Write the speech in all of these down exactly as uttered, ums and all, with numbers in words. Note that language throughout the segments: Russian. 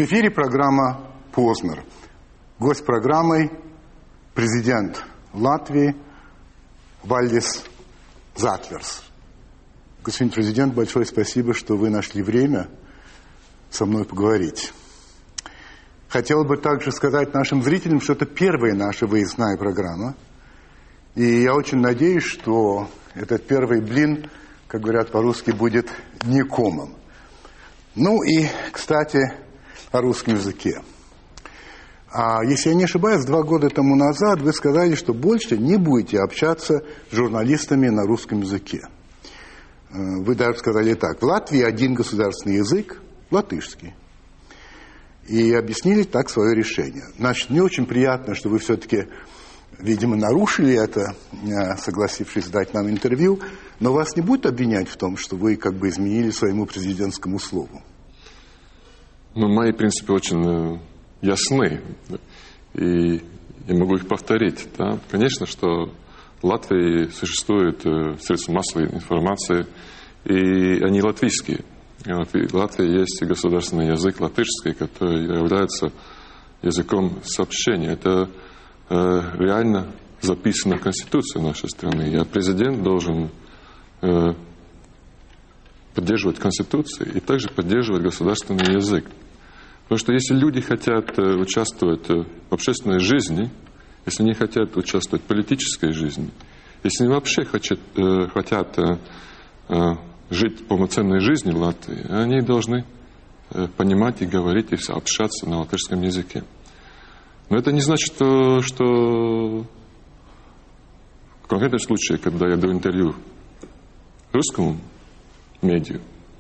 В эфире программа «Познер». Гость программы – президент Латвии Валдис Затлерс. Господин президент, большое спасибо, что вы нашли время со мной поговорить. Хотел бы также сказать нашим зрителям, что это первая наша выездная программа. И я очень надеюсь, что этот первый блин, как говорят по-русски, будет не комом. Ну и, кстати, о русском языке. А если я не ошибаюсь, два года тому назад вы сказали, что больше не будете общаться с журналистами на русском языке. Вы даже сказали так: в Латвии один государственный язык – латышский. И объяснили так свое решение. Значит, мне очень приятно, что вы все-таки, видимо, нарушили это, согласившись дать нам интервью, но вас не будут обвинять в том, что вы как бы изменили своему президентскому слову? Ну, мои принципы очень ясны, и я могу их повторить. Да? Конечно, что в Латвии существуют средства массовой информации, и они латвийские. В Латвии есть государственный язык латышский, который является языком сообщения. Это э, реально записано в Конституции нашей страны. И президент должен э, поддерживать Конституцию и также поддерживать государственный язык. Потому что если люди хотят э, участвовать в общественной жизни, если они хотят участвовать в политической жизни, если они вообще хотят, э, хотят э, э, жить полноценной жизнью в Латвии, они должны э, понимать и говорить, и общаться на латышском языке. Но это не значит, что, что в конкретном случае, когда я даю интервью русскому медиа,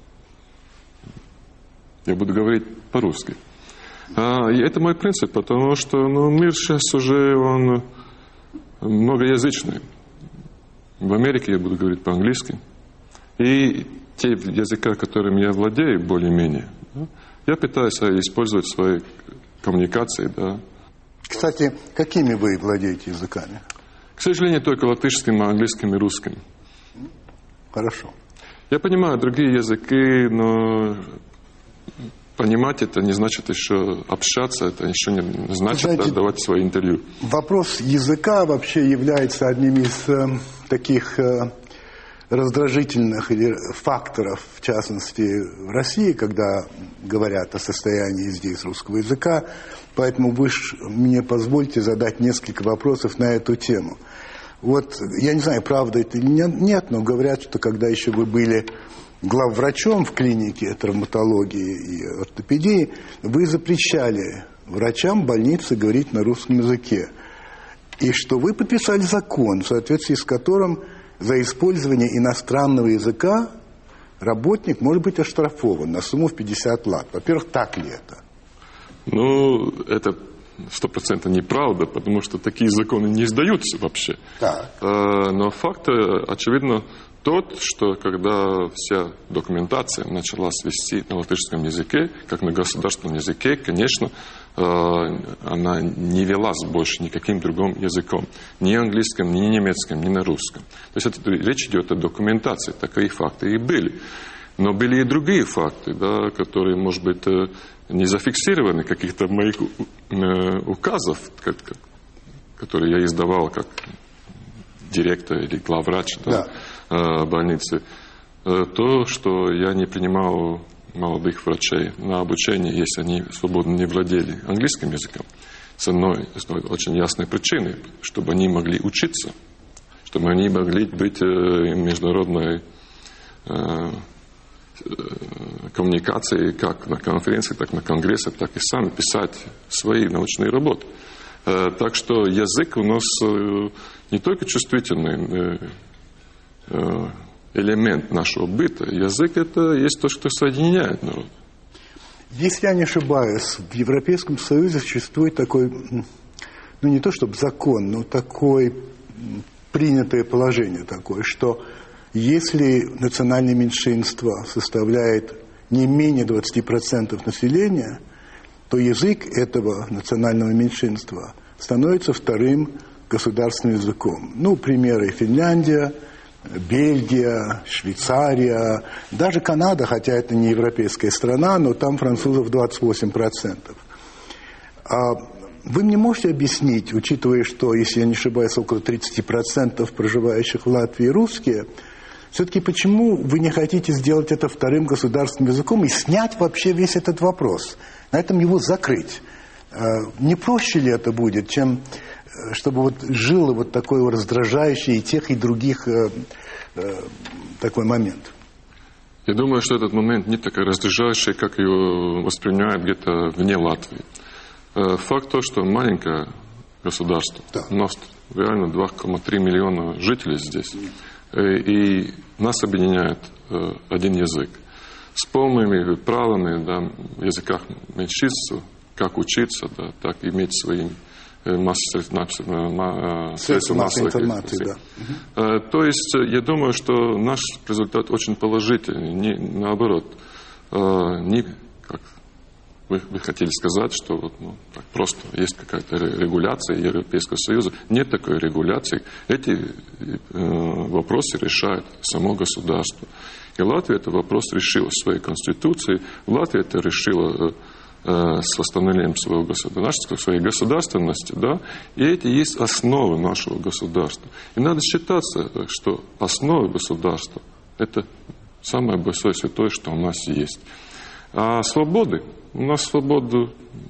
я буду говорить по-русски. А, и это мой принцип, потому что ну, мир сейчас уже он многоязычный. В Америке я буду говорить по-английски. И те языка, которыми я владею более-менее, да, я пытаюсь использовать в своей коммуникации. Да. Кстати, какими вы владеете языками? К сожалению, только латышским, английским и русским. Хорошо. Я понимаю другие языки, но понимать это не значит еще общаться, это еще не значит Знаете, да, давать свои интервью. Вопрос языка вообще является одним из э, таких э, раздражительных или факторов, в частности, в России, когда говорят о состоянии здесь русского языка. Поэтому вы мне позвольте задать несколько вопросов на эту тему. Вот, я не знаю, правда это или нет, но говорят, что когда еще вы были главврачом в клинике травматологии и ортопедии, вы запрещали врачам больницы говорить на русском языке. И что вы подписали закон, в соответствии с которым за использование иностранного языка работник может быть оштрафован на сумму в пятьдесят лат. Во-первых, так ли это? Ну, это сто процентов неправда, потому что такие законы не издаются вообще. Так. Но факт, очевидно, тот, что когда вся документация началась вести на латышском языке, как на государственном языке, конечно, она не велась больше никаким другим языком. Ни английским, ни немецким, ни на русском. То есть это, речь идет о документации, такие факты и были. Но были и другие факты, да, которые, может быть, не зафиксированы, каких-то моих указов, как, как, которые я издавал как директор или главврач, да, да. больницы. То, что я не принимал молодых врачей на обучение, если они свободно не владели английским языком, с одной, с одной очень ясной причиной, чтобы они могли учиться, чтобы они могли быть международной коммуникации как на конференциях, так и на конгрессах, так и сами писать свои научные работы. Так что язык у нас не только чувствительный элемент нашего быта. Язык – это есть то, что соединяет народ. Если я не ошибаюсь, в Европейском Союзе существует такой, ну не то чтобы закон, но такое принятое положение такое, что если национальное меньшинство составляет не менее двадцати процентов населения, то язык этого национального меньшинства становится вторым государственным языком. Ну, примеры: Финляндия, Бельгия, Швейцария, даже Канада, хотя это не европейская страна, но там французов двадцать восемь процентов. Вы мне можете объяснить, учитывая, что, если я не ошибаюсь, около тридцать процентов проживающих в Латвии русские, все-таки почему вы не хотите сделать это вторым государственным языком и снять вообще весь этот вопрос, на этом его закрыть? Не проще ли это будет, чем чтобы вот жило вот такое раздражающее и тех, и других э, э, такой момент? Я думаю, что этот момент не такой раздражающий, как его воспринимают где-то вне Латвии. Факт то, что маленькое государство, да. У нас реально два целых три миллиона жителей здесь, и нас объединяет один язык. С полными правами, да, в языках меньшинств, как учиться, да, так иметь свои средства массовой информации. Да. То есть, я думаю, что наш результат очень положительный. Не, наоборот, не как вы, вы хотели сказать, что вот, ну, так просто есть какая-то регуляция Европейского Союза. Нет такой регуляции. Эти э, вопросы решает само государство. И Латвия этот вопрос решила в своей конституции. Латвия это решила э, с восстановлением своего государства, своей государственности. Да? И эти есть основы нашего государства. И надо считаться, что основы государства – это самое большое святое, что у нас есть. А свободы? У нас свободы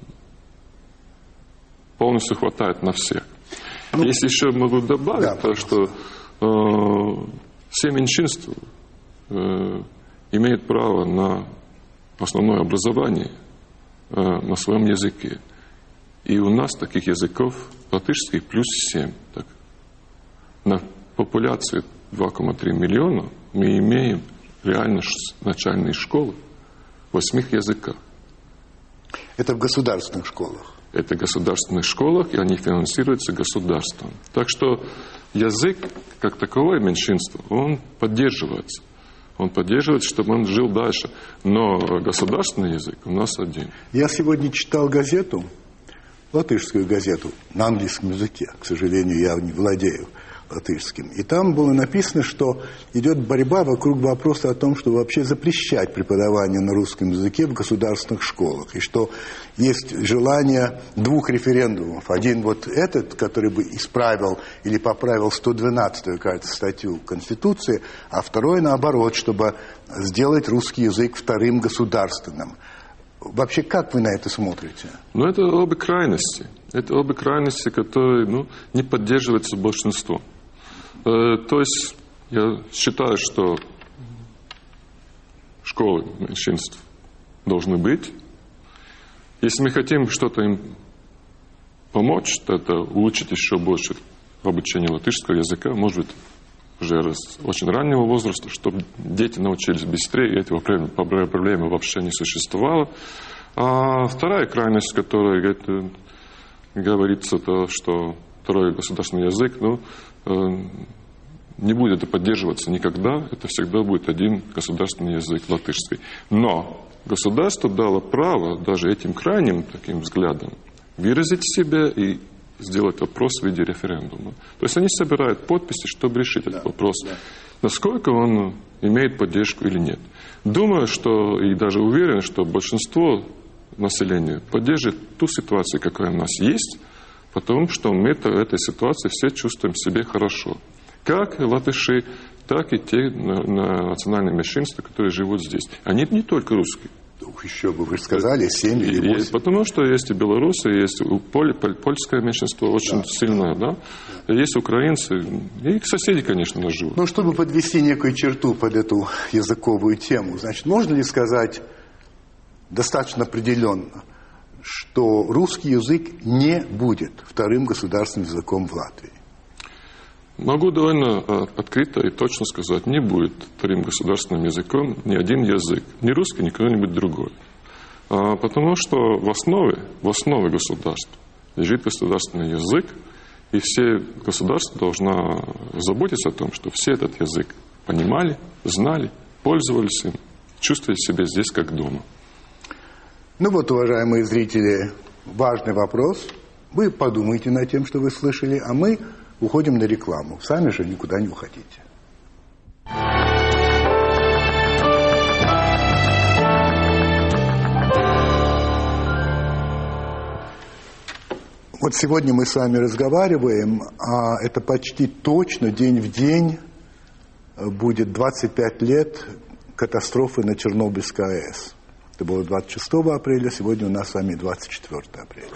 полностью хватает на всех. Ну, если еще могу добавить, да, то, что э, все меньшинства э, имеют право на основное образование э, на своем языке. И у нас таких языков латышских плюс семь. Так, на популяции два целых три миллиона мы имеем реально начальные школы в восьми языках. Это в государственных школах? Это в государственных школах, и они финансируются государством. Так что язык, как таковое меньшинство, он поддерживается. Он поддерживается, чтобы он жил дальше. Но государственный язык у нас один. Я сегодня читал газету, латышскую газету, на английском языке. К сожалению, я не владею латышским. И там было написано, что идет борьба вокруг вопроса о том, что вообще запрещать преподавание на русском языке в государственных школах. И что есть желание двух референдумов. Один вот этот, который бы исправил или поправил сто двенадцатую, кажется, статью Конституции, а второй, наоборот, чтобы сделать русский язык вторым государственным. Вообще, как вы на это смотрите? Ну, это обе крайности. Это обе крайности, которые, ну, не поддерживаются большинством. Э, то есть, я считаю, что школы меньшинств должны быть. Если мы хотим что-то им помочь, то это улучшить еще больше обучение латышского языка, может быть, уже с очень раннего возраста, чтобы дети научились быстрее, и этого проблемы вообще не существовало. А вторая крайность, которая это, говорится, то, что второй государственный язык, ну, э, не будет это поддерживаться никогда, это всегда будет один государственный язык, латышский. Но государство дало право даже этим крайним таким взглядом выразить себя и сделать вопрос в виде референдума. То есть они собирают подписи, чтобы решить этот да, вопрос, да. насколько он имеет поддержку или нет. Думаю, что и даже уверен, что большинство населения поддержит ту ситуацию, какая у нас есть, потому что мы в этой ситуации все чувствуем себя хорошо. Как латыши, так и те национальные меньшинства, которые живут здесь. Они не только русские. Еще бы, вы же сказали, семь или восемь. Потому что есть и белорусы, есть поль, поль, польское меньшинство очень да. сильное, да? Есть украинцы, и соседи, конечно, живут. Ну, чтобы подвести некую черту под эту языковую тему, значит, можно ли сказать достаточно определенно, что русский язык не будет вторым государственным языком в Латвии? Могу довольно открыто и точно сказать, не будет вторым государственным языком ни один язык, ни русский, ни кто-нибудь другой. А, потому что в основе, в основе государства лежит государственный язык, и все государства должны заботиться о том, что все этот язык понимали, знали, пользовались им, чувствовали себя здесь как дома. Ну вот, уважаемые зрители, важный вопрос. Вы подумайте над тем, что вы слышали, а мы уходим на рекламу. Сами же никуда не уходите. Вот сегодня мы с вами разговариваем, а это почти точно день в день будет двадцать пять лет катастрофы на Чернобыльской АЭС. Это было двадцать шестого апреля, сегодня у нас с вами двадцать четвёртого апреля.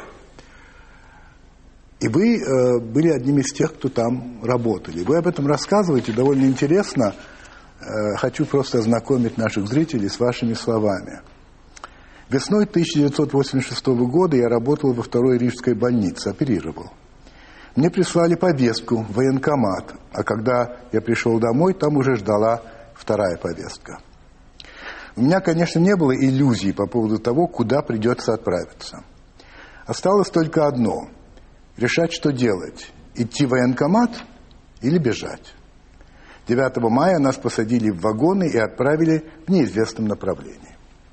И вы э, были одним из тех, кто там работали. Вы об этом рассказываете довольно интересно. Э, хочу просто ознакомить наших зрителей с вашими словами. Весной тысяча девятьсот восемьдесят шестого года я работал во второй Рижской больнице, оперировал. Мне прислали повестку в военкомат, а когда я пришел домой, там уже ждала вторая повестка. У меня, конечно, не было иллюзий по поводу того, куда придется отправиться. Осталось только одно – решать, что делать – идти в военкомат или бежать. девятого мая нас посадили в вагоны и отправили в неизвестном направлении.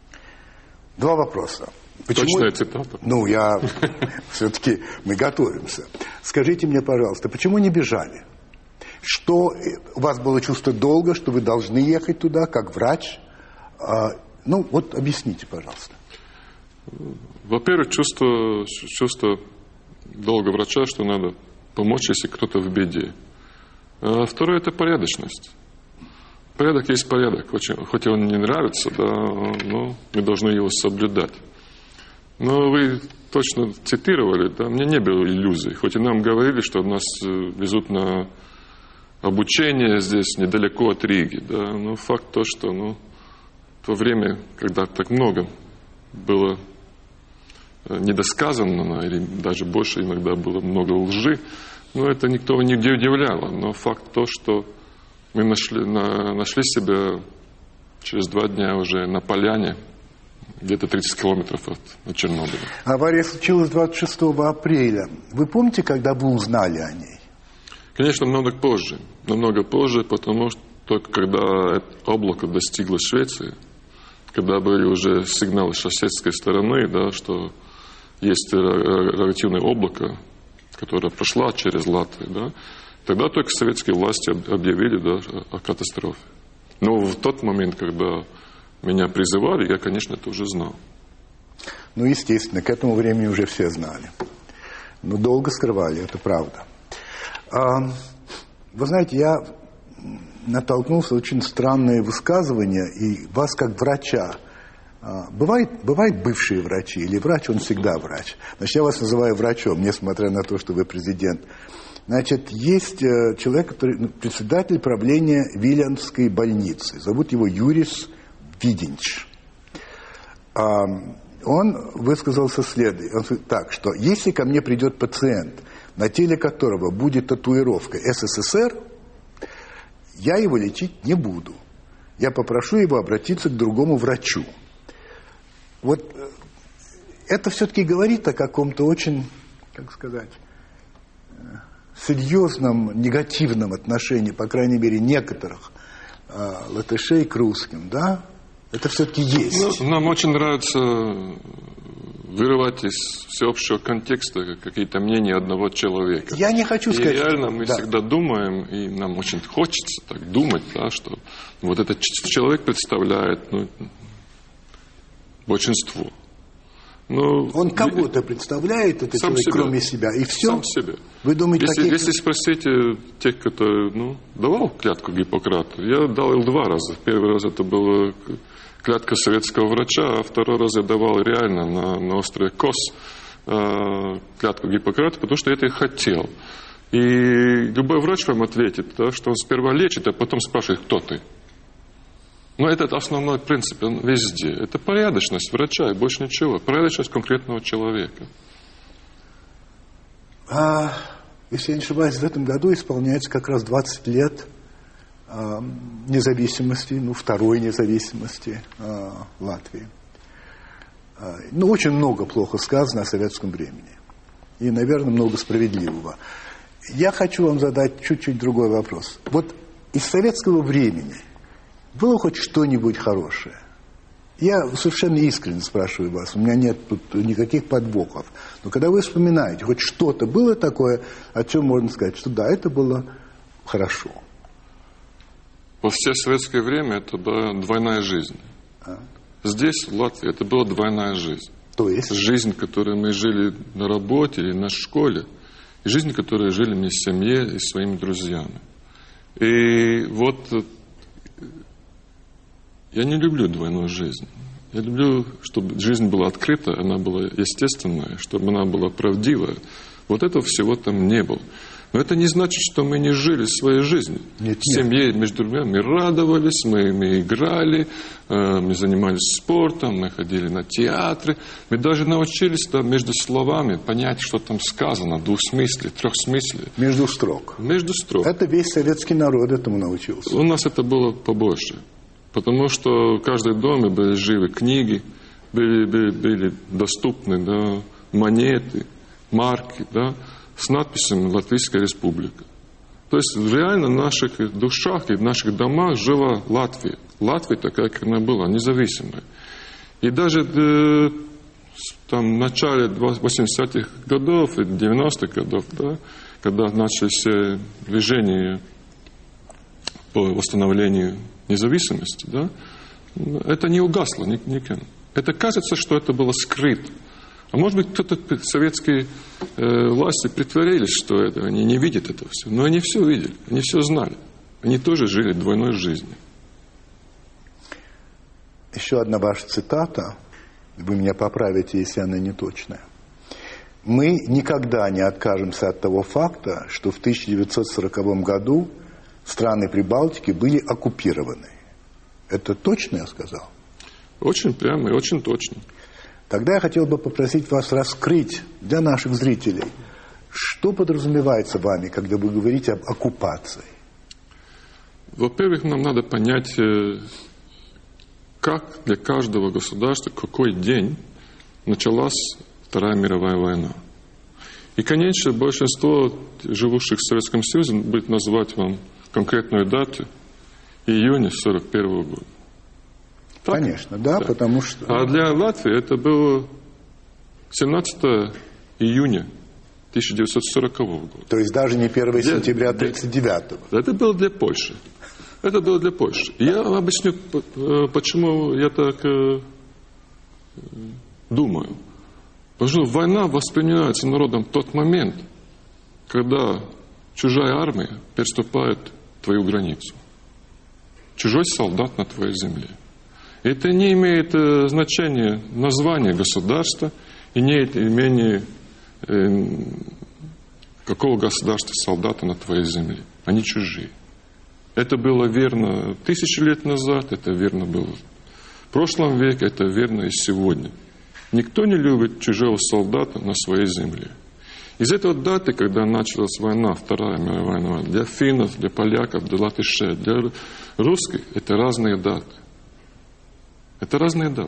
Два вопроса. Почему... Точная цитата. Ну, я... Все-таки мы готовимся. Скажите мне, пожалуйста, почему не бежали? Что у вас было чувство долга, что вы должны ехать туда, как врач? А, ну, вот объясните, пожалуйста. Во-первых, чувство, чувство долга врача, что надо помочь, если кто-то в беде. А второе – это порядочность. Порядок есть порядок. Хоть он не нравится, да, но мы должны его соблюдать. Но вы точно цитировали, да, мне не было иллюзий. Хоть и нам говорили, что нас везут на обучение здесь недалеко от Риги, да, но факт то, что ну, в то время, когда так много было недосказано, или даже больше иногда было много лжи, но это никто не удивляло. Но факт то, что мы нашли, на, нашли себя через два дня уже на поляне, где-то тридцать километров от Чернобыля. Авария случилась двадцать шестого апреля. Вы помните, когда вы узнали о ней? Конечно, намного позже. Намного позже, потому что только когда это облако достигло Швеции, когда были уже сигналы с соседской стороны, да, что есть радиоактивное облако, которое прошло через Латвию, да, тогда только советские власти объявили, да, о катастрофе. Но в тот момент, когда меня призывали, я, конечно, это уже знал. Ну, естественно, к этому времени уже все знали. Но долго скрывали, это правда. А, вы знаете, я натолкнулся на очень странное высказывание, и вас как врача. А, бывает, бывают бывшие врачи, или врач, он всегда врач. Значит, я вас называю врачом, несмотря на то, что вы президент. Значит, есть человек, который, председатель правления Виленской больницы. Зовут его Юрис Виденч. Он высказался следующее. Он говорит так, что если ко мне придет пациент, на теле которого будет татуировка СССР, я его лечить не буду. Я попрошу его обратиться к другому врачу. Вот это все-таки говорит о каком-то очень, как сказать, серьезном негативном отношении, по крайней мере, некоторых э, латышей к русским, да? Это все-таки есть. Ну, нам очень нравится вырывать из всеобщего контекста какие-то мнения одного человека. Я не хочу сказать... И реально мы да. всегда думаем, и нам очень хочется так думать, да, что вот этот человек представляет ну, большинство. Но он кого-то представляет, этот человек, себя. Кроме себя, и все? Сам себя. Вы думаете, если, какие... если спросите тех, кто ну, давал клятву Гиппократу, я дал их два раза. Первый раз это была клятва советского врача, а второй раз я давал реально на, на острове Кос э, клятву Гиппократа, потому что я это и хотел. И любой врач вам ответит, да, что он сперва лечит, а потом спрашивает, кто ты. Но это основной принцип он везде. Это порядочность врача и больше ничего. Порядочность конкретного человека. А, если я не ошибаюсь, в этом году исполняется как раз двадцать лет а, независимости, ну, второй независимости а, Латвии. А, ну, очень много плохо сказано о советском времени. И, наверное, много справедливого. Я хочу вам задать чуть-чуть другой вопрос. Вот из советского времени было хоть что-нибудь хорошее? Я совершенно искренне спрашиваю вас, у меня нет тут никаких подвохов. Но когда вы вспоминаете, хоть что-то было такое, о чем можно сказать, что да, это было хорошо. Во все советское время это была двойная жизнь. А? Здесь, в Латвии, это была двойная жизнь. То есть? Жизнь, которую мы жили на работе или на школе, и жизнь, которую жили мы в семье и своими друзьями. И вот я не люблю двойную жизнь. Я люблю, чтобы жизнь была открыта, она была естественная, чтобы она была правдивая. Вот этого всего там не было. Но это не значит, что мы не жили своей жизнью. Нет, в семье нет. между нами мы радовались, мы, мы играли, э, мы занимались спортом, мы ходили на театры. Мы даже научились да, между словами понять, что там сказано, двухсмыслие, трехсмыслие. Между строк. Между строк. Это весь советский народ этому научился. У нас это было побольше. Потому что в каждом доме были живы книги, были, были, были доступны да, монеты, марки, да, с надписями «Латвийская республика». То есть реально в наших душах и в наших домах жила Латвия. Латвия такая, как она была, независимая. И даже э, там, в начале восьмидесятых годов и девяностых годов, да, когда начались движения по восстановлению независимости, да, это не угасло никем. Это кажется, что это было скрыто. А может быть, кто-то, советские э, власти притворились, что это, они не видят этого все. Но они все видели, они все знали. Они тоже жили двойной жизнью. Еще одна ваша цитата, вы меня поправите, если она не точная. Мы никогда не откажемся от того факта, что в тысяча девятьсот сороковом году страны Прибалтики были оккупированы. Это точно я сказал? Очень прямо и очень точно. Тогда я хотел бы попросить вас раскрыть для наших зрителей, что подразумевается вами, когда вы говорите об оккупации. Во-первых, нам надо понять, как для каждого государства, какой день началась Вторая мировая война. И, конечно, большинство живущих в Советском Союзе будет называть вам конкретную дату июня сорок первого года. Так? Конечно, да, да, потому что... А для Латвии это было семнадцатого июня тысяча девятьсот сорокового года. То есть даже не первого сентября тридцать девятого. Это было для Польши. Это было для Польши. И я объясню, почему я так э, думаю. Потому что война воспринимается народом в тот момент, когда чужая армия переступает твою границу. Чужой солдат на твоей земле. Это не имеет э, значения названия государства, и не имеет имени э, какого государства солдата на твоей земле. Они чужие. Это было верно тысячи лет назад, это верно было в прошлом веке, это верно и сегодня. Никто не любит чужого солдата на своей земле. Из этой даты, когда началась война, Вторая мировая война, для финнов, для поляков, для латышей, для русских, это разные даты. Это разные даты.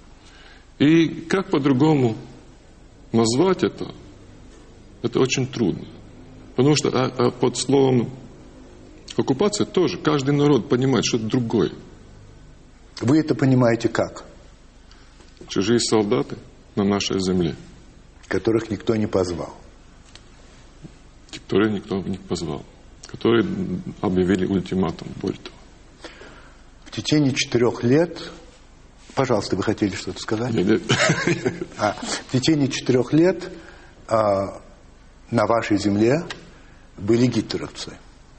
И как по-другому назвать это, это очень трудно. Потому что а, а под словом оккупация тоже каждый народ понимает, что это другое. Вы это понимаете как? Чужие солдаты на нашей земле. Которых никто не позвал. Которые никто не позвал. Которые объявили ультиматум, более того. В течение четырех лет... Пожалуйста, вы хотели что-то сказать? Нет. А, в течение четырех лет а, на вашей земле были гитлеровцы.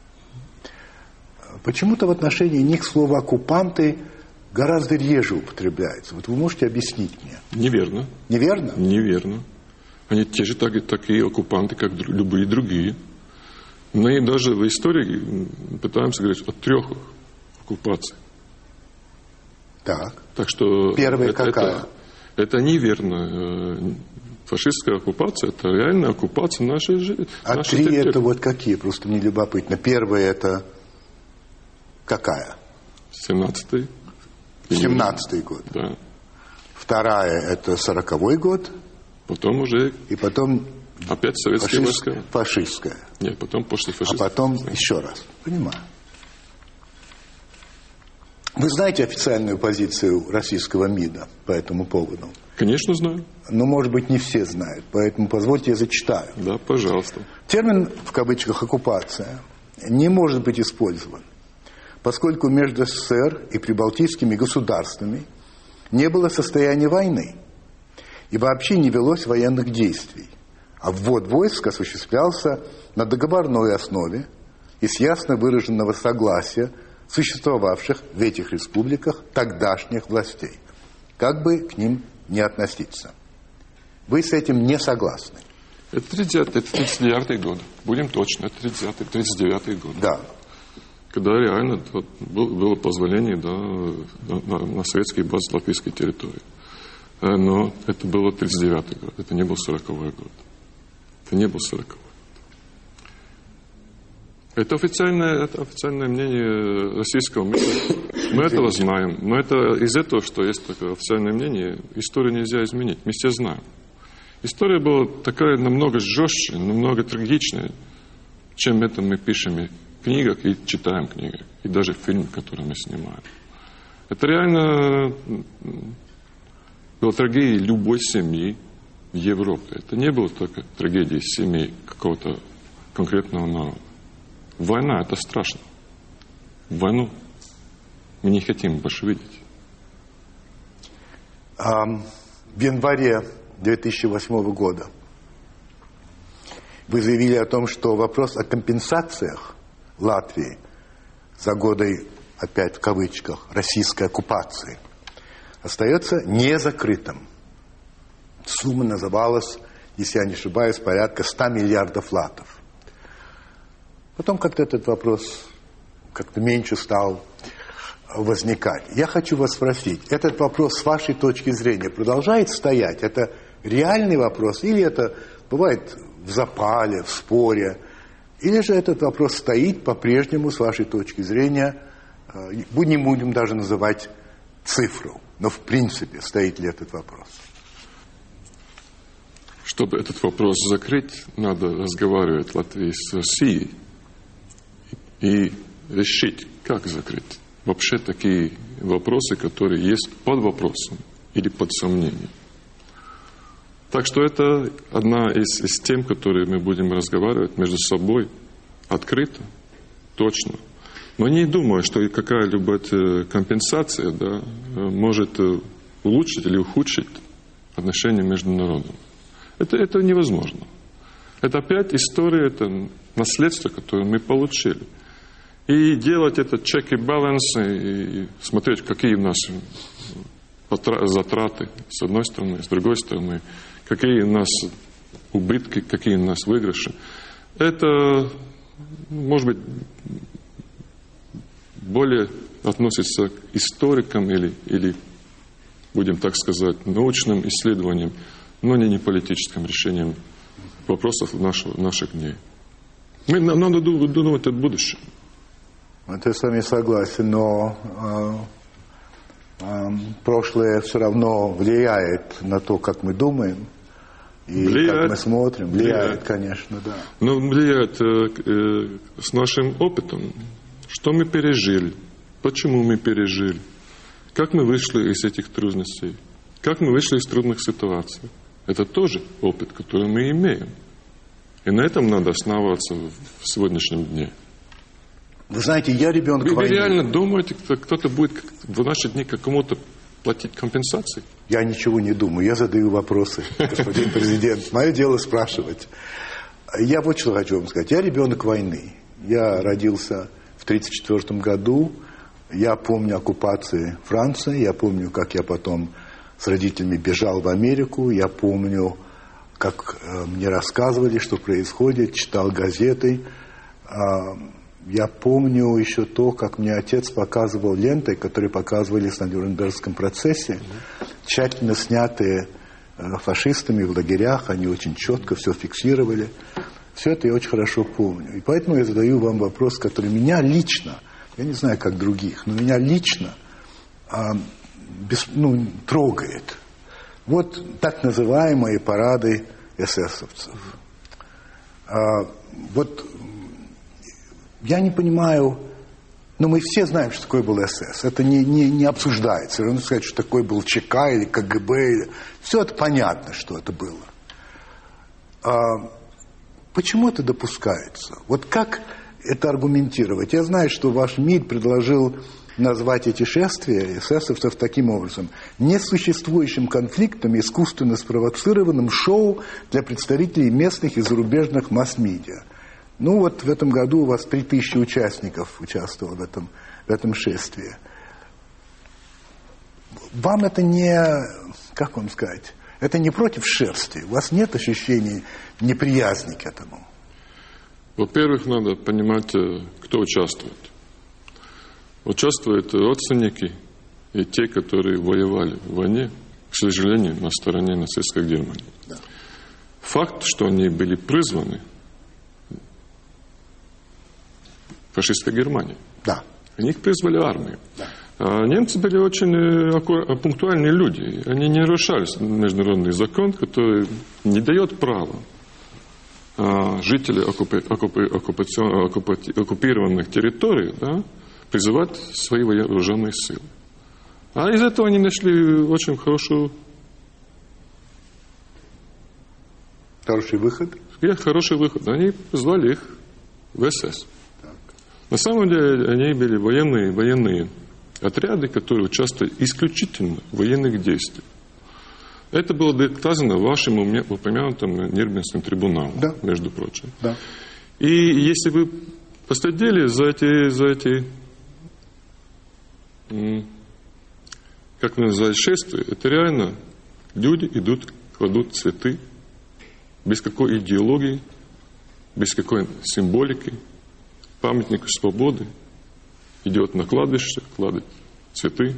Почему-то в отношении них слово «оккупанты» гораздо реже употребляется. Вот вы можете объяснить мне? Неверно. Неверно? Неверно. Они те же так, такие оккупанты, как любые другие. Мы даже в истории пытаемся говорить о трех оккупациях. Так. Так что первая это, какая? Это, это неверно. Фашистская оккупация – это реальная оккупация нашей жизни. А три территории. Это вот какие? Просто мне любопытно. Первая – это какая? семнадцатый. семнадцатый год. Да. Вторая – это сороковой год. Потом уже... И потом... Опять советские фашистская, войска. Фашистская. Нет, потом после фашистская. А потом еще раз. Понимаю. Вы знаете официальную позицию российского МИДа по этому поводу? Конечно, знаю. Но, может быть, не все знают, поэтому позвольте я зачитаю. Да, пожалуйста. Термин, в кавычках, «оккупация» не может быть использован, поскольку между СССР и прибалтийскими государствами не было состояния войны, И вообще не велось военных действий, а ввод войск осуществлялся на договорной основе и с ясно выраженного согласия существовавших в этих республиках тогдашних властей, как бы к ним не относиться. Вы с этим не согласны? Это тридцать девятый год. Будем точно, это тридцатый, тридцать девятый год. Да. Когда реально вот, было позволение, да, на, на советские базы латвийской территории. Но это было тридцать девятый год, это не был сороковой год. Это не был сороковой. Это официальное, это официальное мнение российского МИДа. Мы этого знаем. Но это из-за того, что есть такое официальное мнение, историю нельзя изменить. Мы все знаем. История была такая намного жестче, намного трагичнее, чем это мы пишем в книгах и читаем книги, и даже фильм, который мы снимаем. Это реально была трагедия любой семьи в Европе. Это не было только трагедия семьи какого-то конкретного народа. Война – это страшно. Войну мы не хотим больше видеть. А, в январе две тысячи восьмого года вы заявили о том, что вопрос о компенсациях Латвии за годы, опять в кавычках, российской оккупации остается незакрытым. Сумма называлась, если я не ошибаюсь, порядка ста миллиардов латов. Потом как-то этот вопрос как-то меньше стал возникать. Я хочу вас спросить, этот вопрос с вашей точки зрения продолжает стоять? Это реальный вопрос или это бывает в запале, в споре? Или же этот вопрос стоит по-прежнему с вашей точки зрения, не будем даже называть цифру, но в принципе стоит ли этот вопрос? Чтобы этот вопрос закрыть, надо разговаривать Латвии с Россией и решить, как закрыть вообще такие вопросы, которые есть под вопросом или под сомнением. Так что это одна из, из тем, которые мы будем разговаривать между собой открыто, точно. Но не думаю, что какая-либо компенсация, да, может улучшить или ухудшить отношения между народами. Это, это невозможно. Это опять история, это наследство, которое мы получили. И делать этот check и balance, и смотреть, какие у нас затраты с одной стороны, с другой стороны, какие у нас убытки, какие у нас выигрыши. Это, может быть, более относится к историкам или, или, будем так сказать, научным исследованиям, но не, не политическим решением вопросов нашего, наших дней. Мы, нам надо думать о будущем. Это я с вами согласен, но э, э, прошлое все равно влияет на то, как мы думаем и влияет, как мы смотрим. Влияет, влияет, конечно, да. Но влияет э, э, с нашим опытом, что мы пережили, почему мы пережили, как мы вышли из этих трудностей, как мы вышли из трудных ситуаций. Это тоже опыт, который мы имеем. И на этом надо основываться в сегодняшнем дне. Вы знаете, я ребенок Вы, войны. Вы реально думаете, кто-то будет в наши дни кому-то платить компенсации? Я ничего не думаю, я задаю вопросы, господин президент. Мое дело спрашивать. Я вот что хочу вам сказать. Я ребенок войны. Я родился в тридцать четвёртом году. Я помню оккупацию Франции. Я помню, как я потом с родителями бежал в Америку. Я помню, как мне рассказывали, что происходит. Читал газеты. Я помню еще то, как мне отец показывал ленты, которые показывались на Нюрнбергском процессе, тщательно снятые фашистами в лагерях, они очень четко все фиксировали. Все это я очень хорошо помню. И поэтому я задаю вам вопрос, который меня лично, я не знаю, как других, но меня лично а, без, ну, трогает. Вот так называемые парады эсэсовцев. А, вот я не понимаю, но мы все знаем, что такое был СС. Это не, не, не обсуждается. Равно сказать, что такое был ЧК или КГБ. Или... Все это понятно, что это было. А почему это допускается? Вот как это аргументировать? Я знаю, что ваш МИД предложил назвать эти шествия эсэсовцев таким образом: несуществующим конфликтом, искусственно спровоцированным шоу для представителей местных и зарубежных масс-медиа. Ну вот в этом году у вас три тысячи участников участвовало в этом, в этом шествии. Вам это не, как вам сказать, это не против шерсти? У вас нет ощущения неприязни к этому? Во-первых, надо понимать, кто участвует. Участвуют родственники и те, которые воевали в войне, к сожалению, на стороне нацистской Германии. Да. Факт, что они были призваны фашистской Германии. Да. Они их призвали армию. Да. А немцы были очень пунктуальные люди. Они не нарушали международный закон, который не дает права жителей оккупированных территорий, да, призывать свои вооруженные силы. А из этого они нашли очень хорошую... Хороший выход? Хороший выход. Они позвали их в СС. Так. На самом деле они были военные, военные отряды, которые участвовали исключительно в военных действиях. Это было доказано вашим упомянутым Нюрнбергским трибуналом, да, между прочим. Да. И если вы последили за эти, за эти как называть, шествия, это реально люди идут, кладут цветы, без какой идеологии, без какой символики, памятник свободы, идет на кладбище, кладет цветы.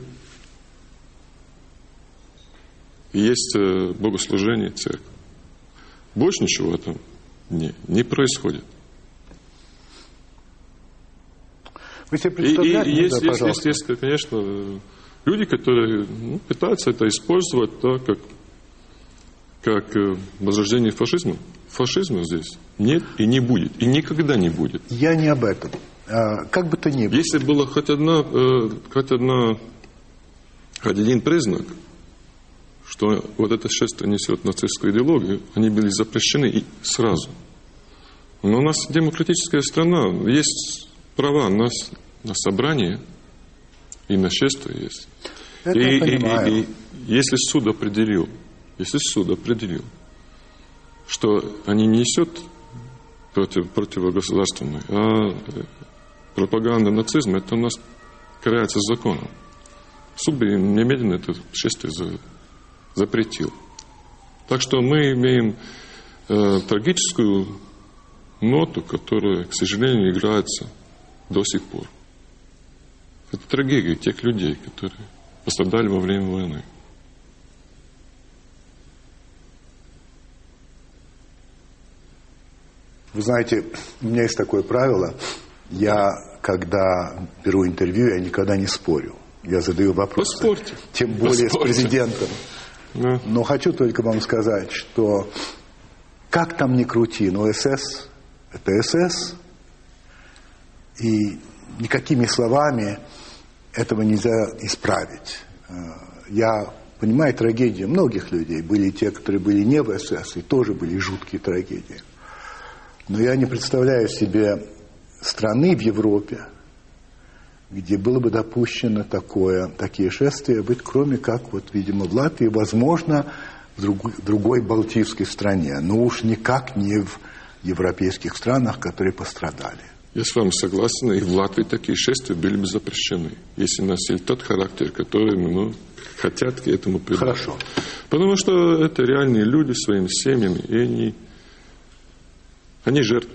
И есть богослужение церкви. Больше ничего в этом не, не происходит. Вы себе представляете? И, и есть, да, есть, есть, есть, конечно, люди, которые, ну, пытаются это использовать, да, как, как возрождение фашизма. Фашизма здесь нет и не будет, и никогда не будет. Я не об этом. А, как бы то ни было. Если было хоть одна, э, хоть одна, хоть один признак, что вот это шествие несет нацистскую идеологию, они были запрещены и сразу. Но у нас демократическая страна, есть права на, на собрание и на шествие есть. Это и, я понимаю. И, и, и если суд определил, если суд определил, что они не несут против, противогосударственную, а пропаганда нацизма, это у нас карается законом. Суд бы немедленно это шествие за запретил. Так что мы имеем э, трагическую ноту, которая, к сожалению, играется до сих пор. Это трагедия тех людей, которые пострадали во время войны. Вы знаете, у меня есть такое правило. Я, когда беру интервью, я никогда не спорю. Я задаю вопросы. Поспорьте. Тем более Поспорьте. С президентом. Да. Но хочу только вам сказать, что как там ни крути, но СС – это СС. И никакими словами этого нельзя исправить. Я понимаю трагедию многих людей. Были те, которые были не в СС, и тоже были жуткие трагедии. Но я не представляю себе страны в Европе, где было бы допущено такое, такие шествия быть, кроме как, вот, видимо, в Латвии, возможно, в другой, другой балтийской стране, но уж никак не в европейских странах, которые пострадали. Я с вами согласен, и в Латвии такие шествия были бы запрещены, если носили тот характер, который, ну, хотят к этому придать. Хорошо. Потому что это реальные люди своими семьями, и они, они жертвы.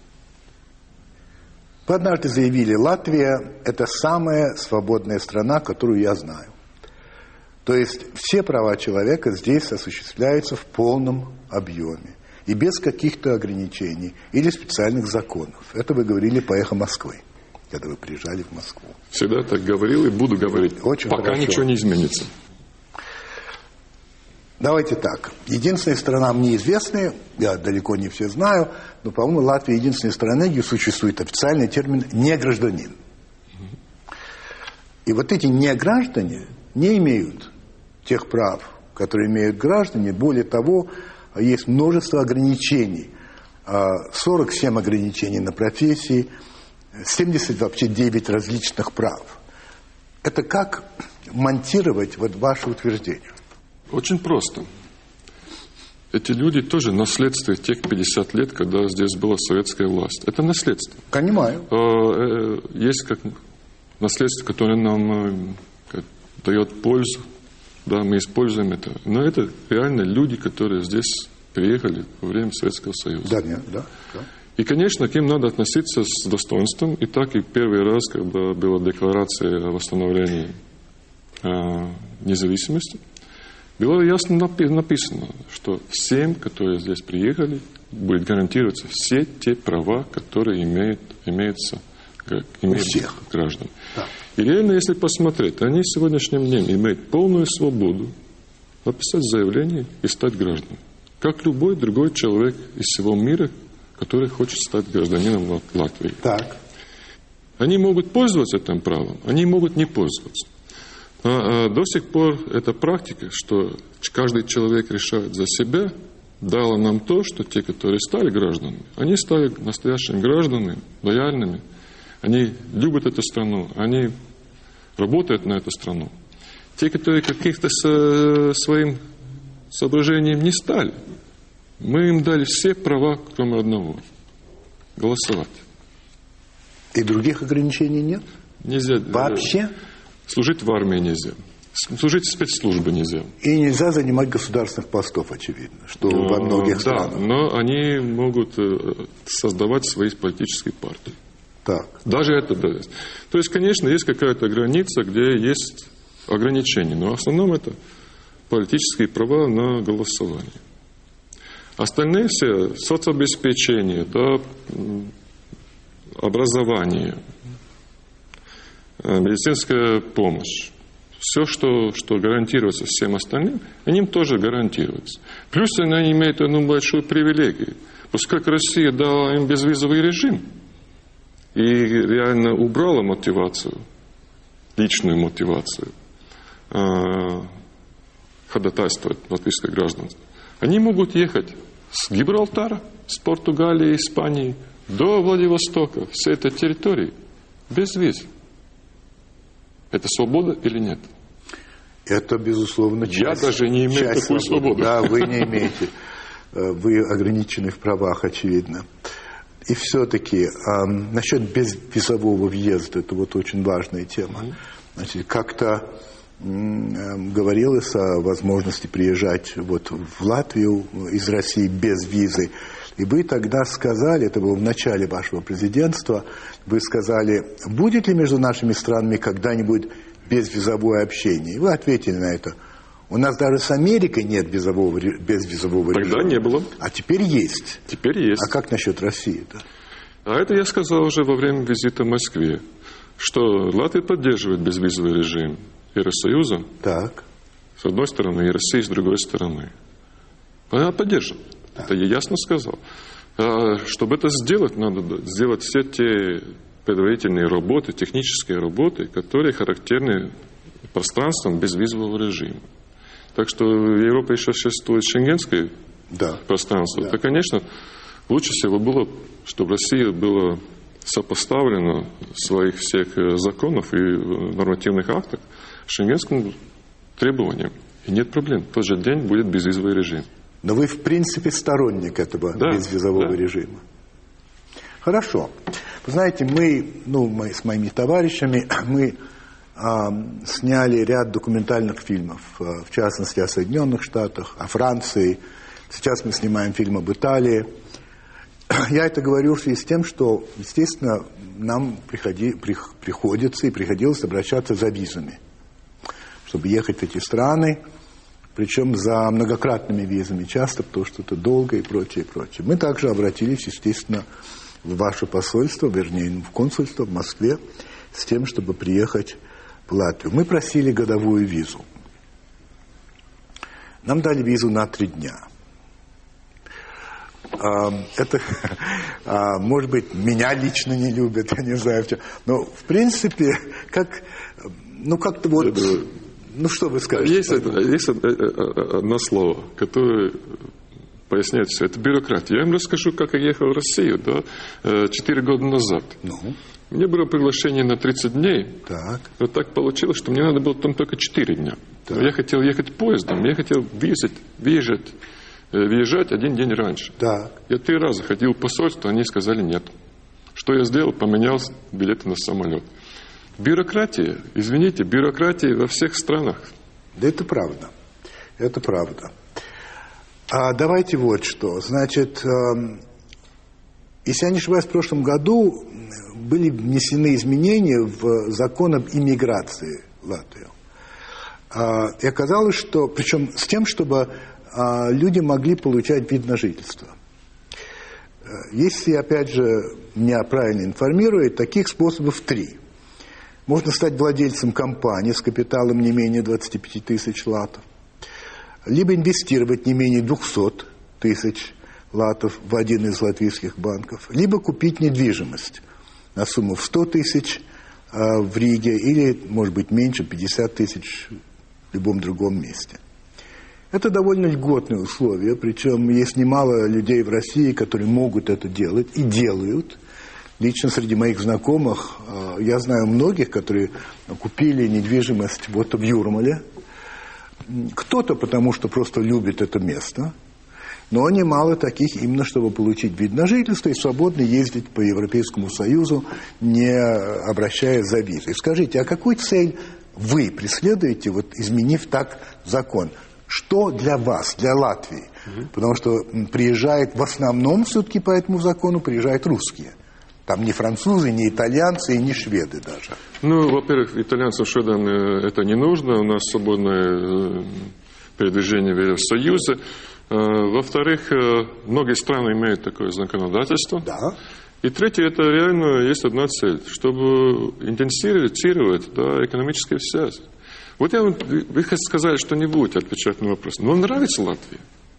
Вы однажды заявили, Латвия – это самая свободная страна, которую я знаю. То есть все права человека здесь осуществляются в полном объеме и без каких-то ограничений или специальных законов. Это вы говорили по «Эхо Москвы», когда вы приезжали в Москву. Всегда так говорил и буду говорить, очень пока хорошо. Ничего не изменится. Давайте так. Единственная страна мне известная, я далеко не все знаю, но, по-моему, Латвия единственная страна, где существует официальный термин «негражданин». И вот эти неграждане не имеют тех прав, которые имеют граждане. Более того, есть множество ограничений. сорок семь ограничений на профессии, семьдесят вообще девять различных прав. Это как монтировать вот ваше утверждение? Очень просто. Эти люди тоже наследство тех пятьдесят лет, когда здесь была советская власть. Это наследство. Понимаю. Есть как наследство, которое нам как, дает пользу. Да, мы используем это. Но это реально люди, которые здесь приехали во время Советского Союза. Да, нет, да, да. И, конечно, к ним надо относиться с достоинством. И так и первый раз, когда была декларация о восстановлении э, независимости, было ясно написано, что всем, которые здесь приехали, будет гарантироваться все те права, которые имеют, имеются, имеют граждан. Да. И реально, если посмотреть, они в сегодняшнем дне имеют полную свободу написать заявление и стать гражданами. Как любой другой человек из всего мира, который хочет стать гражданином Латвии. Так. Они могут пользоваться этим правом, они могут не пользоваться. А, а до сих пор эта практика, что каждый человек решает за себя, дала нам то, что те, которые стали гражданами, они стали настоящими гражданами, лояльными. Они любят эту страну, они работают на эту страну. Те, которые каких-то со, своим соображением не стали, мы им дали все права, кроме одного – голосовать. И других ограничений нет? Нельзя. Вообще? Служить в армии нельзя. Служить в спецслужбы нельзя. И нельзя занимать государственных постов, очевидно, что но, во многих странах. Да, но они могут создавать свои политические партии. Так. Даже это да. То есть, конечно, есть какая-то граница, где есть ограничения, но в основном это политические права на голосование. Остальные все, соцобеспечение, да, образование, медицинская помощь, все, что, что гарантируется всем остальным, им тоже гарантируется. Плюс они имеют одну большую привилегию. Поскольку Россия дала им безвизовый режим и реально убрала мотивацию, личную мотивацию, ходатайствовать латвийское гражданство, они могут ехать с Гибралтара, с Португалии, Испании до Владивостока, всей этой территории, без виз. Это свобода или нет? Это, безусловно, часть. Я даже не имею такой свободы. Да, вы не имеете. Вы ограничены в правах, очевидно. И все-таки э, насчет безвизового въезда, это вот очень важная тема. Значит, как-то э, говорилось о возможности приезжать вот в Латвию из России без визы. И вы тогда сказали, это было в начале вашего президентства, вы сказали, будет ли между нашими странами когда-нибудь безвизовое общение? И вы ответили на это. У нас даже с Америкой нет визового, безвизового Тогда режима. Тогда не было. А теперь есть. Теперь есть. А как насчет России-то? А это я сказал уже во время визита в Москве, что Латвия поддерживает безвизовый режим Евросоюза, так. с одной стороны, и России с другой стороны. Она поддерживает. Это я ясно сказал. А чтобы это сделать, надо сделать все те предварительные работы, технические работы, которые характерны пространством безвизового режима. Так что в Европе еще существует шенгенское да. пространство. Да. Это, конечно, лучше всего было, чтобы Россия была сопоставлена своих всех законов и нормативных актов с шенгенским требованиям. И нет проблем. В тот же день будет безвизовый режим. Но вы, в принципе, сторонник этого да, безвизового да. режима. Хорошо. Вы знаете, мы, ну, мы с моими товарищами, мы а, сняли ряд документальных фильмов, а, в частности, о Соединенных Штатах, о Франции. Сейчас мы снимаем фильм об Италии. Я это говорю в связи с тем, что, естественно, нам приходи, при, приходится и приходилось обращаться за визами, чтобы ехать в эти страны. Причем за многократными визами часто, потому что это долго и прочее, и прочее. Мы также обратились, естественно, в ваше посольство, вернее, в консульство в Москве, с тем, чтобы приехать в Латвию. Мы просили годовую визу. Нам дали визу на три дня. Это, может быть, меня лично не любят, я не знаю, но, в принципе, как, ну, как-то вот... Ну, что вы скажете? Есть, есть одно слово, которое поясняет все. Это бюрократия. Я вам расскажу, как я ехал в Россию да, четыре года назад. Ну? Мне было приглашение на тридцать дней. Так. Но так получилось, что мне надо было там только четыре дня. Так. Я хотел ехать поездом, я хотел въезжать, въезжать, въезжать один день раньше. Так. Я три раза ходил в посольство, они сказали нет. Что я сделал? Поменял билеты на самолет. Бюрократия, извините, бюрократия во всех странах. Да это правда. Это правда. А давайте вот что. Значит, э, если я не ошибаюсь, в прошлом году были внесены изменения в закон об иммиграции в Латвию. Э, и оказалось, что, причем с тем, чтобы э, люди могли получать вид на жительство. Если, опять же, меня правильно информируют, таких способов три. Можно стать владельцем компании с капиталом не менее двадцати пяти тысяч латов. Либо инвестировать не менее двухсот тысяч латов в один из латвийских банков. Либо купить недвижимость на сумму в сто тысяч э, в Риге или, может быть, меньше, пятьдесят тысяч в любом другом месте. Это довольно льготные условия, причем есть немало людей в России, которые могут это делать и делают. Лично среди моих знакомых я знаю многих, которые купили недвижимость вот в Юрмале. Кто-то потому, что просто любит это место, но немало таких именно, чтобы получить вид на жительство и свободно ездить по Европейскому Союзу, не обращаясь за визой. Скажите, а какую цель вы преследуете, вот изменив так закон? Что для вас, для Латвии? Угу. Потому что приезжают в основном все-таки по этому закону приезжают русские. Там не французы, не итальянцы и не шведы даже. Ну, во-первых, итальянцам, шведам это не нужно. У нас свободное передвижение в Евросоюзе. Во-вторых, многие страны имеют такое законодательство. Да. И третье, это реально есть одна цель, чтобы интенсифицировать, да, экономическую связь. Вот я вам, вы сказали, что не будете отвечать на вопрос. Но вам нравится Латвия?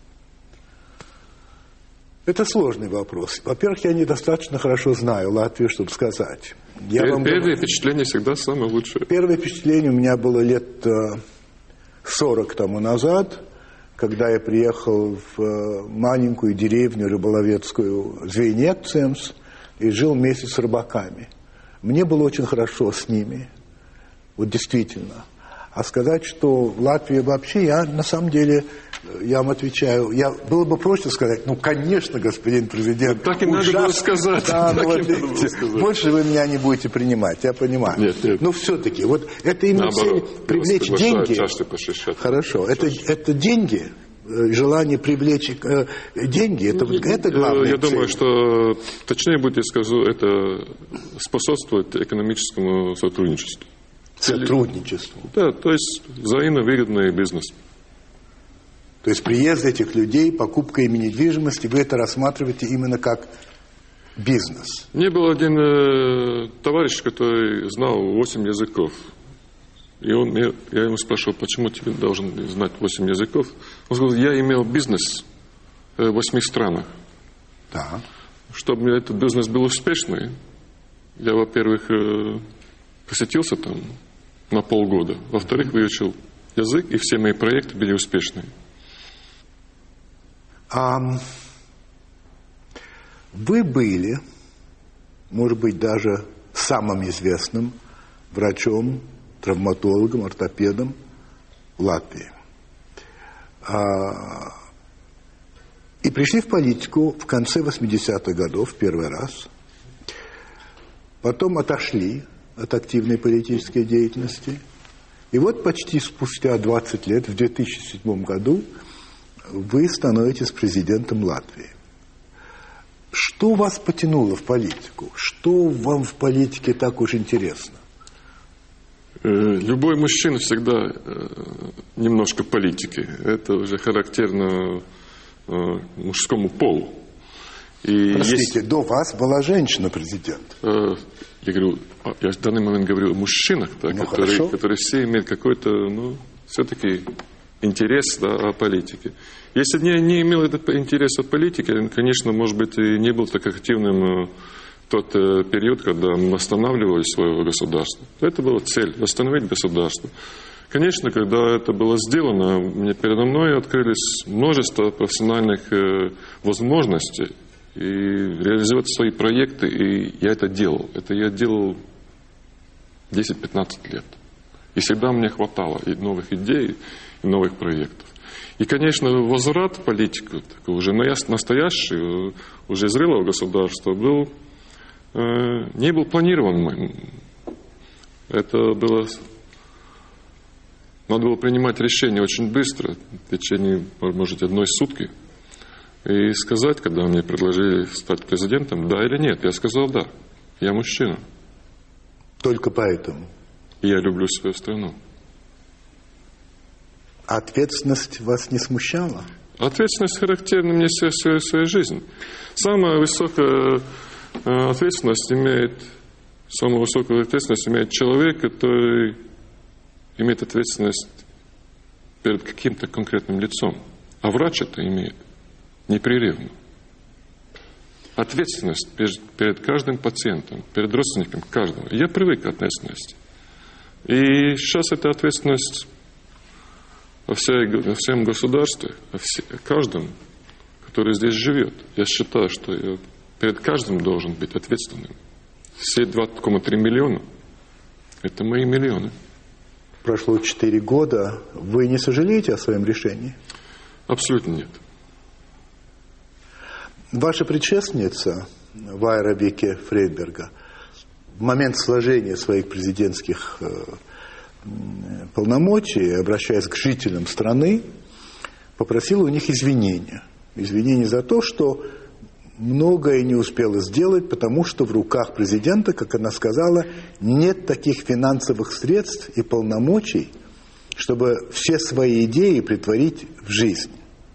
Это сложный вопрос. Во-первых, я недостаточно хорошо знаю Латвию, чтобы сказать. Я Пер- вам первое говорю, впечатление всегда самое лучшее. Первое впечатление у меня было лет сорок тому назад, когда я приехал в маленькую деревню рыболовецкую Звейнекцемс и жил месяц с рыбаками. Мне было очень хорошо с ними. Вот действительно. А сказать, что в Латвии вообще, я на самом деле, я вам отвечаю, я, было бы проще сказать, ну, конечно, господин президент. Так и надо было сказать. Да, ну, вот, надо было сказать. Больше вы меня не будете принимать, я понимаю. Нет, нет. Но все-таки, вот это именно цель привлечь деньги. Хорошо, это, это деньги, желание привлечь э, деньги, это, это главное. Я думаю, что, точнее будет, я скажу, это способствует экономическому сотрудничеству. Сотрудничеству. Да, то есть взаимовыгодный бизнес. То есть приезд этих людей, покупка ими недвижимости, вы это рассматриваете именно как бизнес? Мне был один э, товарищ, который знал восемь языков. И он, я, я ему спрашивал, почему тебе должен знать восемь языков? Он сказал, я имел бизнес в восьми странах. Да. Чтобы этот бизнес был успешный, я, во-первых, э, посетился там на полгода. Во-вторых, выучил язык, и все мои проекты были успешные. А вы были, может быть, даже самым известным врачом, травматологом, ортопедом в Латвии. А, и пришли в политику в конце восьмидесятых годов, в первый раз. Потом отошли от активной политической деятельности. И вот почти спустя двадцать лет, в две тысячи седьмом году, вы становитесь президентом Латвии. Что вас потянуло в политику? Что вам в политике так уж интересно? Любой мужчина всегда немножко политики. Это уже характерно мужскому полу. И Простите, есть... до вас была женщина-президент. Я говорю, я в данный момент говорю о мужчинах, да, ну, которые, которые все имеют какой-то, ну, все-таки интерес, да, о политике. Если бы я не имел этот интерес от политики, конечно, может быть, и не был так активным в тот период, когда мы восстанавливали свое государство. Это была цель – восстановить государство. Конечно, когда это было сделано, мне передо мной открылись множество профессиональных возможностей. и реализовать свои проекты, и я это делал. Это я делал десять-пятнадцать лет. И всегда мне хватало и новых идей, и новых проектов. И, конечно, возврат в политику, уже настоящий, уже зрелого государства, был, не был планирован. Это было... Надо было принимать решение очень быстро, в течение, может, одной сутки, и сказать, когда мне предложили стать президентом, да или нет. Я сказал да, я мужчина. Только поэтому? И я люблю свою страну. Ответственность вас не смущала? Ответственность характерна мне всей своей, своей жизни. Самая высокая ответственность имеет, самую высокую ответственность имеет человек, который имеет ответственность перед каким-то конкретным лицом. А врач это имеет непрерывно. Ответственность перед, перед каждым пациентом, перед родственником каждого. Я привык к ответственности. И сейчас эта ответственность во, всей, во всем государстве, о, все, о каждом, который здесь живет. Я считаю, что я перед каждым должен быть ответственным. Все два целых три миллиона – это мои миллионы. Прошло четыре года. Вы не сожалеете о своем решении? Абсолютно нет. Ваша предшественница Вайра Вике Фрейдберга в момент сложения своих президентских полномочий, обращаясь к жителям страны, попросила у них извинения. Извинения за то, что многое не успела сделать, потому что в руках президента, как она сказала, нет таких финансовых средств и полномочий, чтобы все свои идеи претворить в жизнь.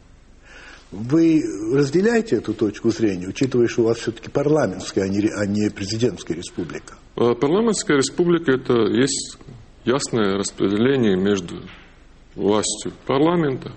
Вы разделяете эту точку зрения, учитывая, что у вас все-таки парламентская, а не президентская республика? Парламентская республика – это есть ясное распределение между властью парламента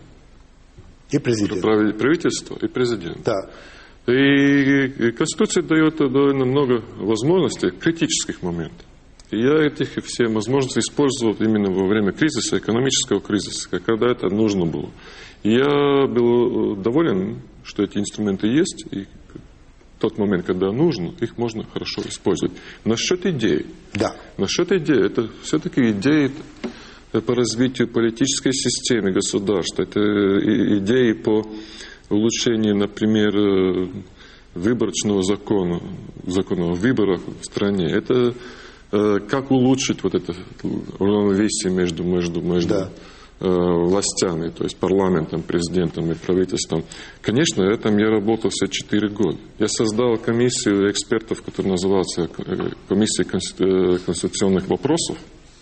и президента, правительства и президента. Да. И Конституция дает довольно много возможностей, критических моментов. И я этих все возможности использовал именно во время кризиса, экономического кризиса, когда это нужно было. И я был доволен, что эти инструменты есть, и в тот момент, когда нужно, их можно хорошо использовать. Насчет идей. Да. Насчет идей. Это все-таки идеи по развитию политической системы государства. Это идеи по улучшению, например, выборочного закона, закона о выборах в стране. Это как улучшить вот это равновесие между, между, между да. властями, то есть парламентом, президентом и правительством. Конечно, этом я работал все четыре года. Я создал комиссию экспертов, которая называется Комиссия конституционных вопросов.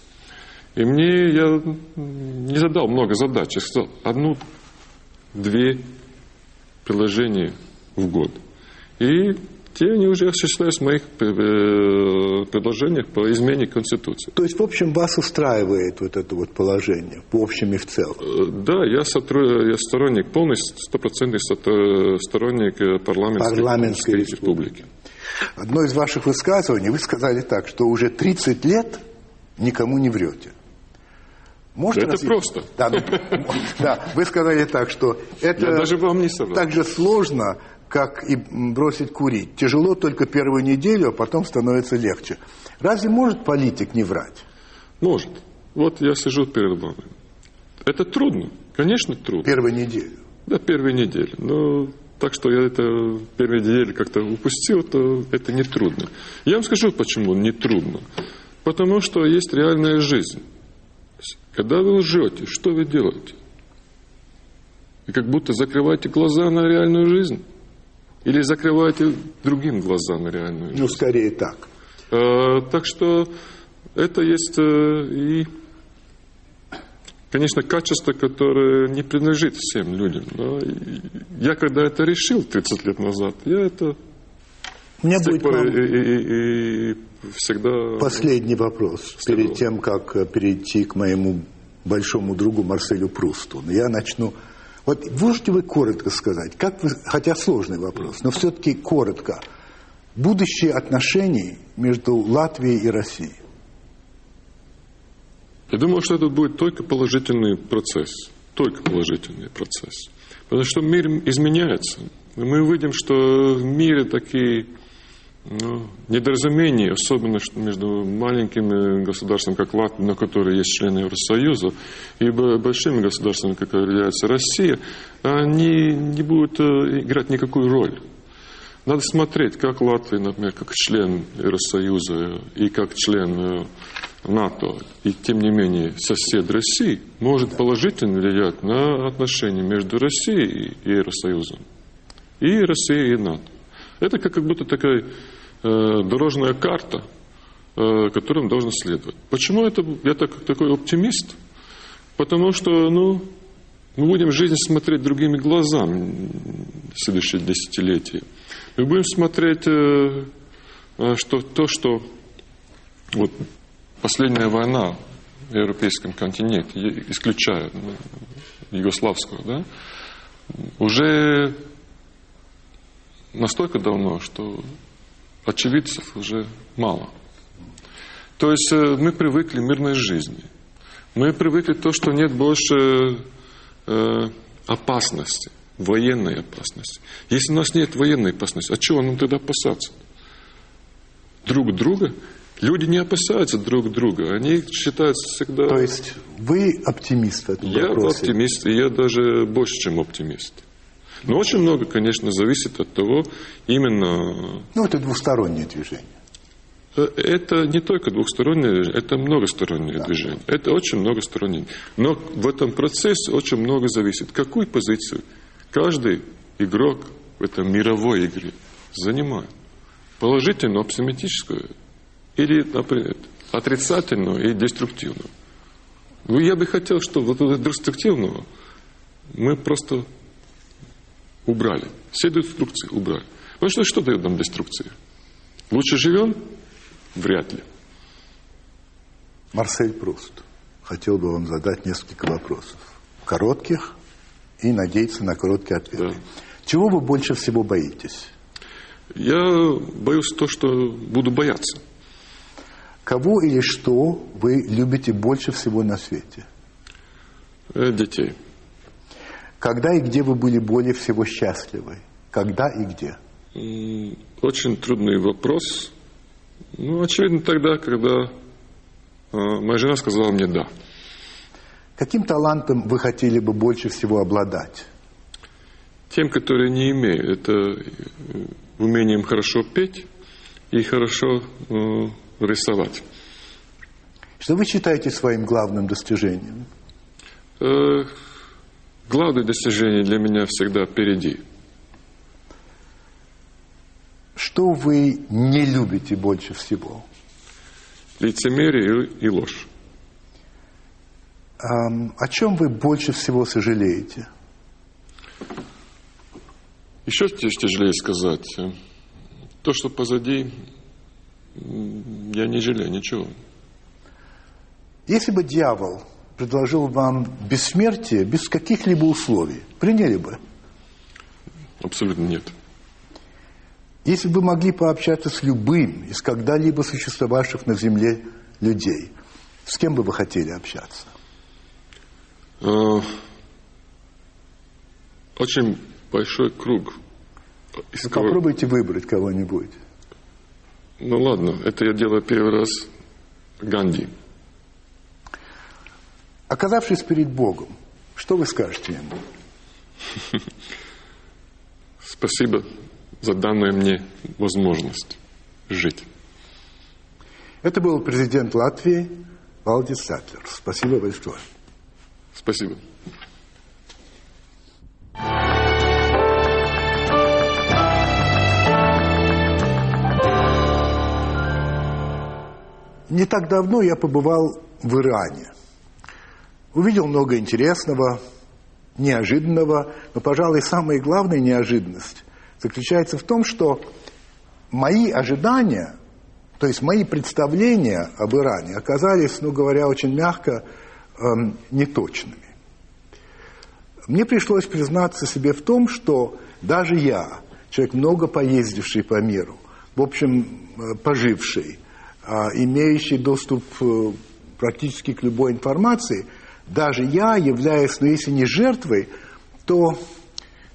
И мне я не задал много задач. Я сказал одну-две предложения в год. И те они уже осуществляются в моих предложениях по измене Конституции. То есть, в общем, вас устраивает вот это вот положение, в общем и в целом? Да, я, сотруд... я сторонник, полный, стопроцентный сторонник парламентской, парламентской республики. Одно из ваших высказываний, вы сказали так, что уже тридцать лет никому не врете. Можете это развить? Просто. Да, ну, да, вы сказали так, что это я даже вам не соврал. Так же сложно, как и бросить курить. Тяжело только первую неделю, а потом становится легче. Разве может политик не врать? Может. Вот я сижу перед вами. Это трудно. Конечно, трудно. Первую неделю? Да, первую неделю. Но так что я это первую неделю как-то упустил, то это не трудно. Я вам скажу, почему не трудно. Потому что есть реальная жизнь. Когда вы лжете, что вы делаете? Вы как будто закрываете глаза на реальную жизнь. Или закрываете другим глаза на реальную жизнь. Ну, скорее так. А, так что это есть и, конечно, качество, которое не принадлежит всем людям. Но я когда это решил тридцать лет назад, я это... У меня будет вам... и, и, и всегда... Последний вопрос, всегда. Перед тем, как перейти к моему большому другу Марселю Прусту. Я начну... Вот можете вы коротко сказать, как вы, хотя сложный вопрос, но все-таки коротко, будущее отношений между Латвией и Россией? Я думаю, что это будет только положительный процесс, только положительный процесс. Потому что мир изменяется, мы увидим, что в мире такие ну, недоразумения, особенно между маленькими государствами, как Латвия, на которые есть члены Евросоюза, и большими государствами, как является Россия, они не будут играть никакую роль. Надо смотреть, как Латвия, например, как член Евросоюза и как член НАТО, и тем не менее сосед России, может положительно влиять на отношения между Россией и Евросоюзом, и Россией и НАТО. Это как будто такая э, дорожная карта, э, которым должно следовать. Почему это, я так, такой оптимист? Потому что ну, мы будем жизнь смотреть другими глазами в следующие десятилетия. Мы будем смотреть э, что, то, что вот, последняя война в европейском континенте, исключая югославскую, да, уже настолько давно, что очевидцев уже мало. То есть мы привыкли к мирной жизни. Мы привыкли к тому, что нет больше э, опасности, военной опасности. Если у нас нет военной опасности, а чего нам тогда опасаться? Друг друга? Люди не опасаются друг друга, они считают всегда... То есть вы оптимист в этом я вопросе? Я оптимист, и я даже больше, чем оптимист. Но очень много, конечно, зависит от того, именно... Ну, это двустороннее движение. Это не только двухстороннее движение, это многостороннее да. движение. Это очень многостороннее. Но в этом процессе очень много зависит. Какую позицию каждый игрок в этой мировой игре занимает? Положительную, оптимистическую? Или, например, отрицательную и деструктивную. Ну, я бы хотел, чтобы вот это деструктивного мы просто убрали. Все деструкции убрали. Потому что что дает нам деструкция? Лучше живем? Вряд ли. Марсель Пруст. Хотел бы вам задать несколько вопросов. Коротких и надеяться на короткие ответы. Да. Чего вы больше всего боитесь? Я боюсь то, что буду бояться. Кого или что вы любите больше всего на свете? Детей. Когда и где вы были более всего счастливы? Когда и где? Очень трудный вопрос. Ну, очевидно, тогда, когда моя жена сказала мне «да». Каким талантом вы хотели бы больше всего обладать? Тем, который не имею. Это умением хорошо петь и хорошо... рисовать. Что вы считаете своим главным достижением? Э, главное достижение для меня всегда впереди. Что вы не любите больше всего? Лицемерие и ложь. Эм, о чем вы больше всего сожалеете? Еще тяжелее сказать. То, что позади... Я не жалею ничего. Если бы дьявол предложил вам бессмертие без каких-либо условий, приняли бы? Абсолютно нет. Если бы вы могли пообщаться с любым из когда-либо существовавших на земле людей, с кем бы вы хотели общаться? Очень большой круг. Вы попробуйте выбрать кого-нибудь. Ну ладно, это я делаю первый раз. Ганди. Оказавшись перед Богом, что вы скажете ему? Спасибо за данную мне возможность жить. Это был президент Латвии Валдис Затлерс. Спасибо большое. Спасибо. Не так давно я побывал в Иране. Увидел много интересного, неожиданного, но, пожалуй, самая главная неожиданность заключается в том, что мои ожидания, то есть мои представления об Иране оказались, ну говоря очень мягко, эм, неточными. Мне пришлось признаться себе в том, что даже я, человек, много поездивший по миру, в общем, поживший, имеющий доступ практически к любой информации, даже я, являясь, ну, если не жертвой, то,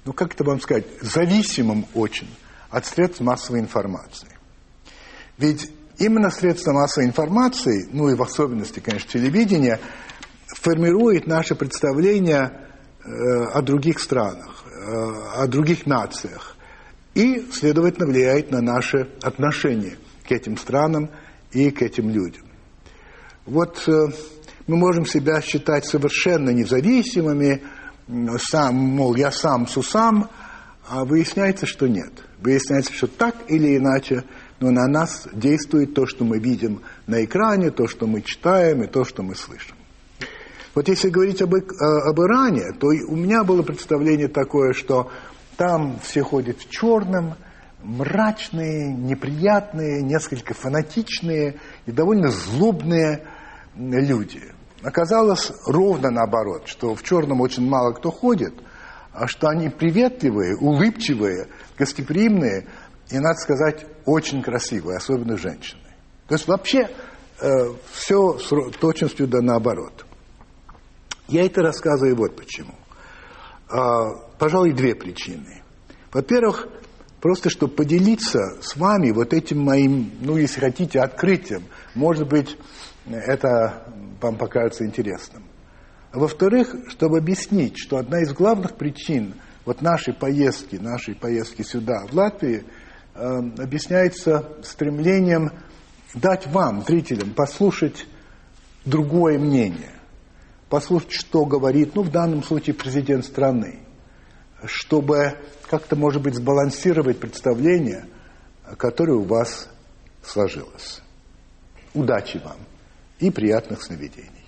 ну как это вам сказать, зависимым очень от средств массовой информации. Ведь именно средства массовой информации, ну и в особенности, конечно, телевидение, формирует наше представление э, о других странах, э, о других нациях и, следовательно, влияет на наше отношение к этим странам и к этим людям. Вот э, мы можем себя считать совершенно независимыми, сам, мол, я сам сусам, а выясняется, что нет. Выясняется, что так или иначе, но на нас действует то, что мы видим на экране, то, что мы читаем и то, что мы слышим. Вот если говорить об, об Иране, то у меня было представление такое, что там все ходят в черном, мрачные, неприятные, несколько фанатичные и довольно злобные люди. Оказалось ровно наоборот, что в черном очень мало кто ходит, а что они приветливые, улыбчивые, гостеприимные и, надо сказать, очень красивые, особенно женщины. То есть вообще э, все с точностью да наоборот. Я это рассказываю вот почему. Э, пожалуй, две причины. Во-первых, просто чтобы поделиться с вами вот этим моим, ну, если хотите, открытием. Может быть, это вам покажется интересным. А во-вторых, чтобы объяснить, что одна из главных причин вот нашей поездки, нашей поездки сюда, в Латвию, э, объясняется стремлением дать вам, зрителям, послушать другое мнение. Послушать, что говорит, ну, в данном случае, президент страны. Чтобы как-то, может быть, сбалансировать представление, которое у вас сложилось. Удачи вам и приятных сновидений.